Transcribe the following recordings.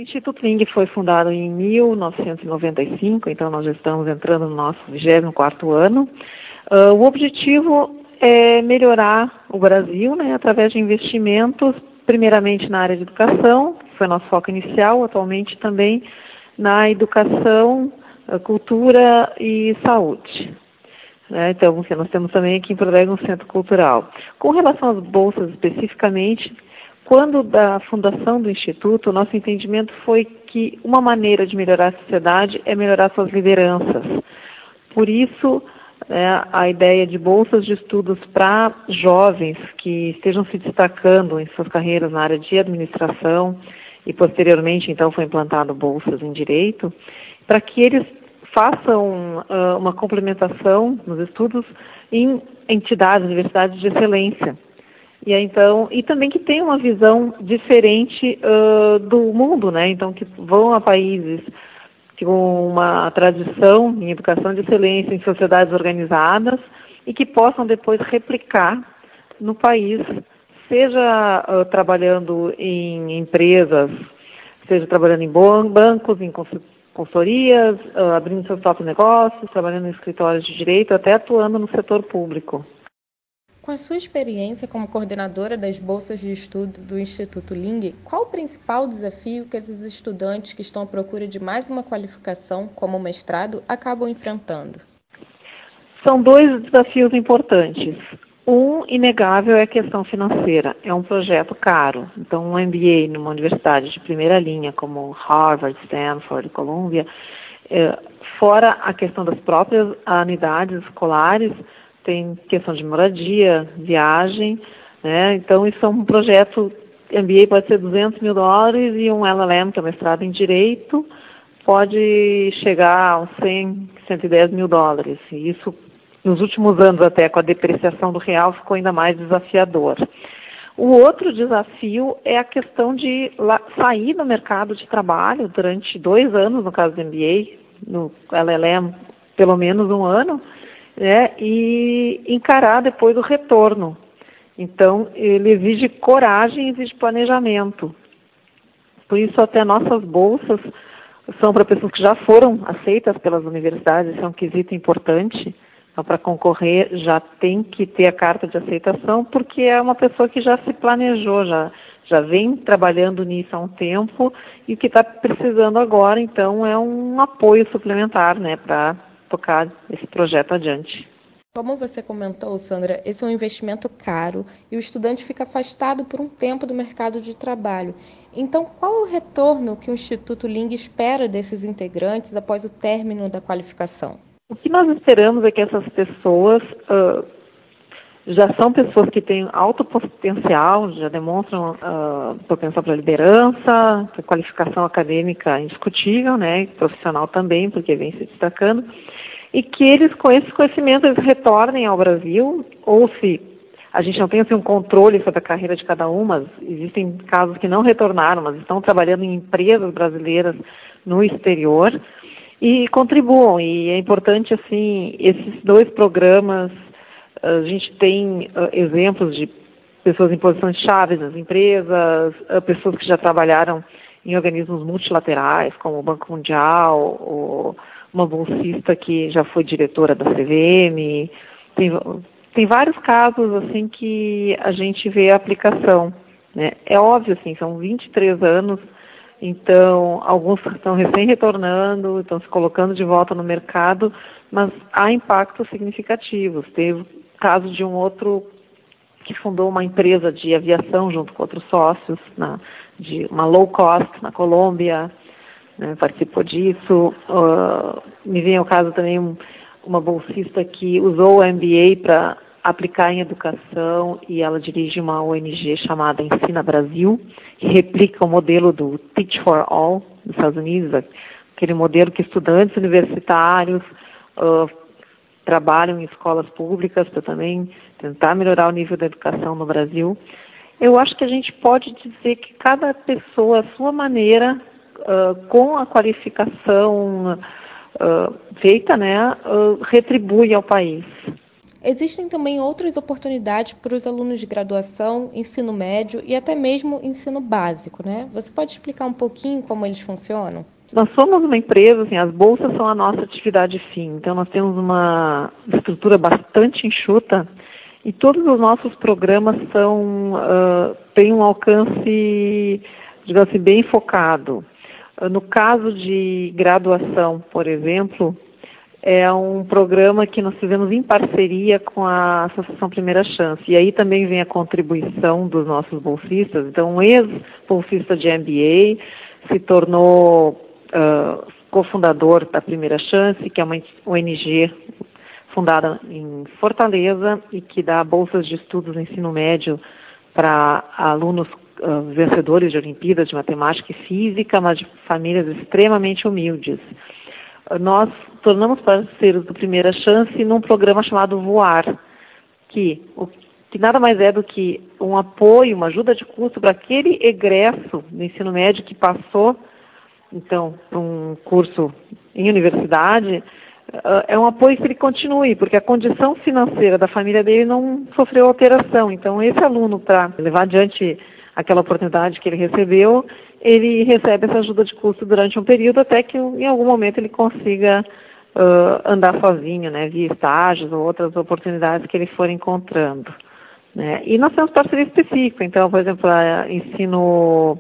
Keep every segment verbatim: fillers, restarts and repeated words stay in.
Instituto Ling foi fundado em mil novecentos e noventa e cinco, então nós já estamos entrando no nosso vigésimo quarto ano. Uh, o objetivo é melhorar o Brasil, né, através de investimentos, primeiramente na área de educação, que foi nosso foco inicial, atualmente também na educação, cultura e saúde. Né? Então, nós temos também aqui em Porto Alegre um centro cultural. Com relação às bolsas especificamente, quando da fundação do Instituto, o nosso entendimento foi que uma maneira de melhorar a sociedade é melhorar suas lideranças. Por isso, é, a ideia de bolsas de estudos para jovens que estejam se destacando em suas carreiras na área de administração e posteriormente, então, foi implantado bolsas em direito, para que eles façam uh, uma complementação nos estudos em entidades, universidades de excelência. E aí, então, e também que tenham uma visão diferente uh, do mundo, né? Então, que vão a países com uma tradição em educação de excelência, em sociedades organizadas, e que possam depois replicar no país, seja uh, trabalhando em empresas, seja trabalhando em bancos, em consultorias, uh, abrindo seus próprios negócios, trabalhando em escritórios de direito, até atuando no setor público. Com a sua experiência como coordenadora das bolsas de estudo do Instituto Ling, qual o principal desafio que esses estudantes que estão à procura de mais uma qualificação, como o mestrado, acabam enfrentando? São dois desafios importantes. Um inegável é a questão financeira. É um projeto caro. Então, um M B A numa universidade de primeira linha, como Harvard, Stanford, Columbia, é, fora a questão das próprias unidades escolares, tem questão de moradia, viagem, né? Então, isso é um projeto, M B A pode ser duzentos mil dólares e um L L M, que é mestrado em Direito, pode chegar aos cem, cento e dez mil dólares. E isso, nos últimos anos, até com a depreciação do real, ficou ainda mais desafiador. O outro desafio é a questão de sair no mercado de trabalho durante dois anos, no caso do M B A, no L L M, pelo menos um ano, né, e encarar depois o retorno. Então, ele exige coragem, exige planejamento. Por isso, até nossas bolsas são para pessoas que já foram aceitas pelas universidades, isso é um quesito importante. Então, para concorrer, já tem que ter a carta de aceitação, porque é uma pessoa que já se planejou, já, já vem trabalhando nisso há um tempo, e o que está precisando agora, então, é um apoio suplementar, né, para tocar esse projeto adiante. Como você comentou, Sandra, esse é um investimento caro e o estudante fica afastado por um tempo do mercado de trabalho. Então, qual é o retorno que o Instituto Ling espera desses integrantes após o término da qualificação? O que nós esperamos é que essas pessoas uh, já são pessoas que têm alto potencial, já demonstram uh, potencial para liderança, para qualificação acadêmica indiscutível, né, profissional também, porque vem se destacando, e que eles, com esses conhecimentos, eles retornem ao Brasil, ou se a gente não tem assim, um controle sobre a carreira de cada um, mas existem casos que não retornaram, mas estão trabalhando em empresas brasileiras no exterior, e contribuam. E é importante, assim, esses dois programas, a gente tem uh, exemplos de pessoas em posições chaves nas empresas, uh, pessoas que já trabalharam em organismos multilaterais, como o Banco Mundial, ou uma bolsista que já foi diretora da C V M. Tem, tem vários casos, assim, que a gente vê a aplicação, né? É óbvio, assim, são vinte e três anos, então alguns estão recém-retornando, estão se colocando de volta no mercado, mas há impactos significativos. Teve o caso de um outro que fundou uma empresa de aviação junto com outros sócios, na, de uma low cost na Colômbia, né, participou disso. Uh, me vem ao caso também um, uma bolsista que usou o M B A para aplicar em educação e ela dirige uma O N G chamada Ensina Brasil, que replica o modelo do Teach for All dos Estados Unidos, aquele modelo que estudantes universitários uh, trabalham em escolas públicas para também tentar melhorar o nível da educação no Brasil. Eu acho que a gente pode dizer que cada pessoa, à sua maneira, uh, com a qualificação uh, feita, né, uh, retribui ao país. Existem também outras oportunidades para os alunos de graduação, ensino médio e até mesmo ensino básico, né? Você pode explicar um pouquinho como eles funcionam? Nós somos uma empresa, assim, as bolsas são a nossa atividade fim, então nós temos uma estrutura bastante enxuta e todos os nossos programas são, uh, têm um alcance, digamos assim, bem focado. Uh, no caso de graduação, por exemplo, é um programa que nós fizemos em parceria com a Associação Primeira Chance. E aí também vem a contribuição dos nossos bolsistas. Então, um ex-bolsista de M B A se tornou uh, cofundador da Primeira Chance, que é uma O N G fundada em Fortaleza e que dá bolsas de estudos no ensino médio para alunos uh, vencedores de Olimpíadas de Matemática e Física, mas de famílias extremamente humildes. Nós tornamos parceiros do Primeira Chance num programa chamado Voar, que, o, que nada mais é do que um apoio, uma ajuda de custo para aquele egresso do ensino médio que passou, então, para um curso em universidade, uh, é um apoio que ele continue, porque a condição financeira da família dele não sofreu alteração. Então, esse aluno, para levar adiante aquela oportunidade que ele recebeu, ele recebe essa ajuda de custo durante um período até que em algum momento ele consiga uh, andar sozinho, né, via estágios ou outras oportunidades que ele for encontrando, né. E nós temos parceria específica, então, por exemplo, a ensino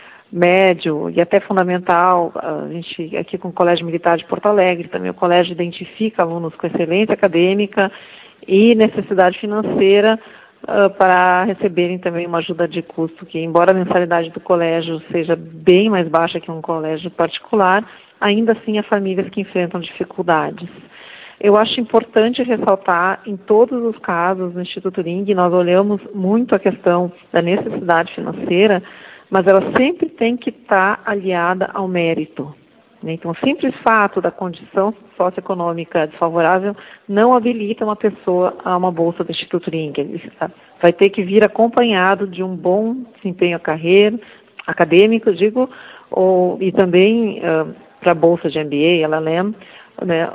médio e até fundamental, a gente aqui com o Colégio Militar de Porto Alegre, também o colégio identifica alunos com excelência acadêmica e necessidade financeira Uh, para receberem também uma ajuda de custo, que embora a mensalidade do colégio seja bem mais baixa que um colégio particular, ainda assim há famílias que enfrentam dificuldades. Eu acho importante ressaltar, em todos os casos, no Instituto Ling, nós olhamos muito a questão da necessidade financeira, mas ela sempre tem que estar aliada ao mérito. Então, o simples fato da condição socioeconômica desfavorável não habilita uma pessoa a uma bolsa do Instituto Ling. Vai ter que vir acompanhado de um bom desempenho carreira, acadêmico, digo, ou, e também uh, para a bolsa de M B A, L L M, né,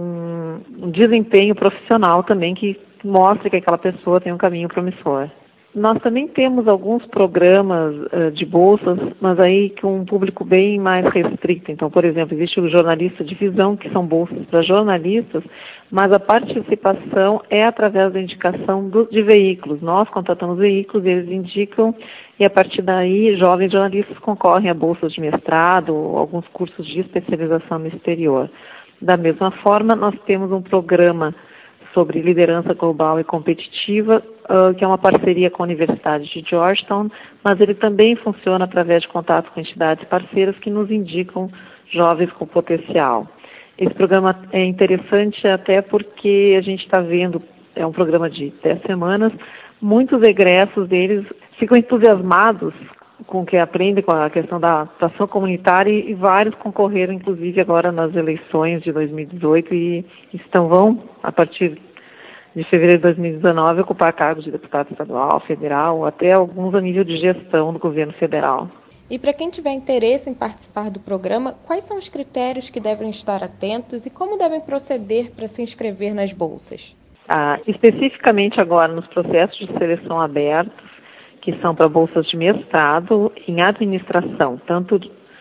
um, um desempenho profissional também que mostre que aquela pessoa tem um caminho promissor. Nós também temos alguns programas uh, de bolsas, mas aí com um público bem mais restrito. Então, por exemplo, existe o jornalista de visão, que são bolsas para jornalistas, mas a participação é através da indicação do, de veículos. Nós contratamos veículos, eles indicam, e a partir daí jovens jornalistas concorrem a bolsas de mestrado ou alguns cursos de especialização no exterior. Da mesma forma, nós temos um programa sobre liderança global e competitiva, uh, que é uma parceria com a Universidade de Georgetown, mas ele também funciona através de contato com entidades parceiras que nos indicam jovens com potencial. Esse programa é interessante até porque a gente está vendo, é um programa de dez semanas, muitos egressos deles ficam entusiasmados com o que aprendem com a questão da ação comunitária e, e vários concorreram, inclusive, agora nas eleições de dois mil e dezoito e estão, vão, a partir de fevereiro de dois mil e dezenove, ocupar cargos de deputado estadual, federal, até alguns a nível de gestão do governo federal. E para quem tiver interesse em participar do programa, quais são os critérios que devem estar atentos e como devem proceder para se inscrever nas bolsas? Ah, especificamente agora nos processos de seleção abertos, que são para bolsas de mestrado em administração, tanto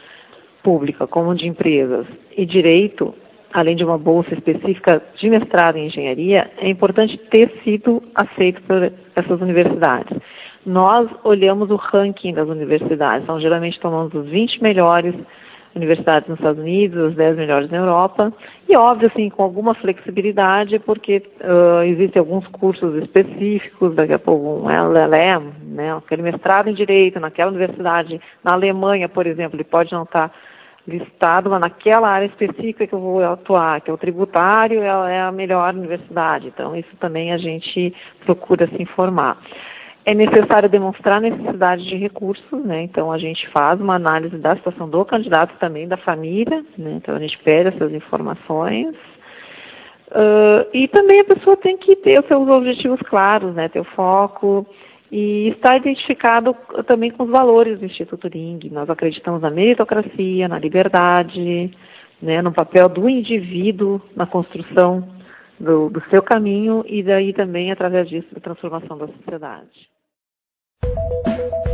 pública como de empresas, e direito, além de uma bolsa específica de mestrado em engenharia, é importante ter sido aceito por essas universidades. Nós olhamos o ranking das universidades, então geralmente tomamos os vinte melhores universidades nos Estados Unidos, as dez melhores na Europa, e óbvio, assim, com alguma flexibilidade, porque uh, existem alguns cursos específicos, daqui a pouco um L L M, né, aquele mestrado em Direito naquela universidade, na Alemanha, por exemplo, ele pode não estar listado, mas naquela área específica que eu vou atuar, que é o tributário, é a melhor universidade, então isso também a gente procura se informar. É necessário demonstrar a necessidade de recursos, né? Então a gente faz uma análise da situação do candidato e também da família, né? Então a gente pede essas informações. Uh, e também a pessoa tem que ter os seus objetivos claros, né? Ter o foco e estar identificado também com os valores do Instituto Ling. Nós acreditamos na meritocracia, na liberdade, né? No papel do indivíduo na construção do, do seu caminho e daí também, através disso, da transformação da sociedade.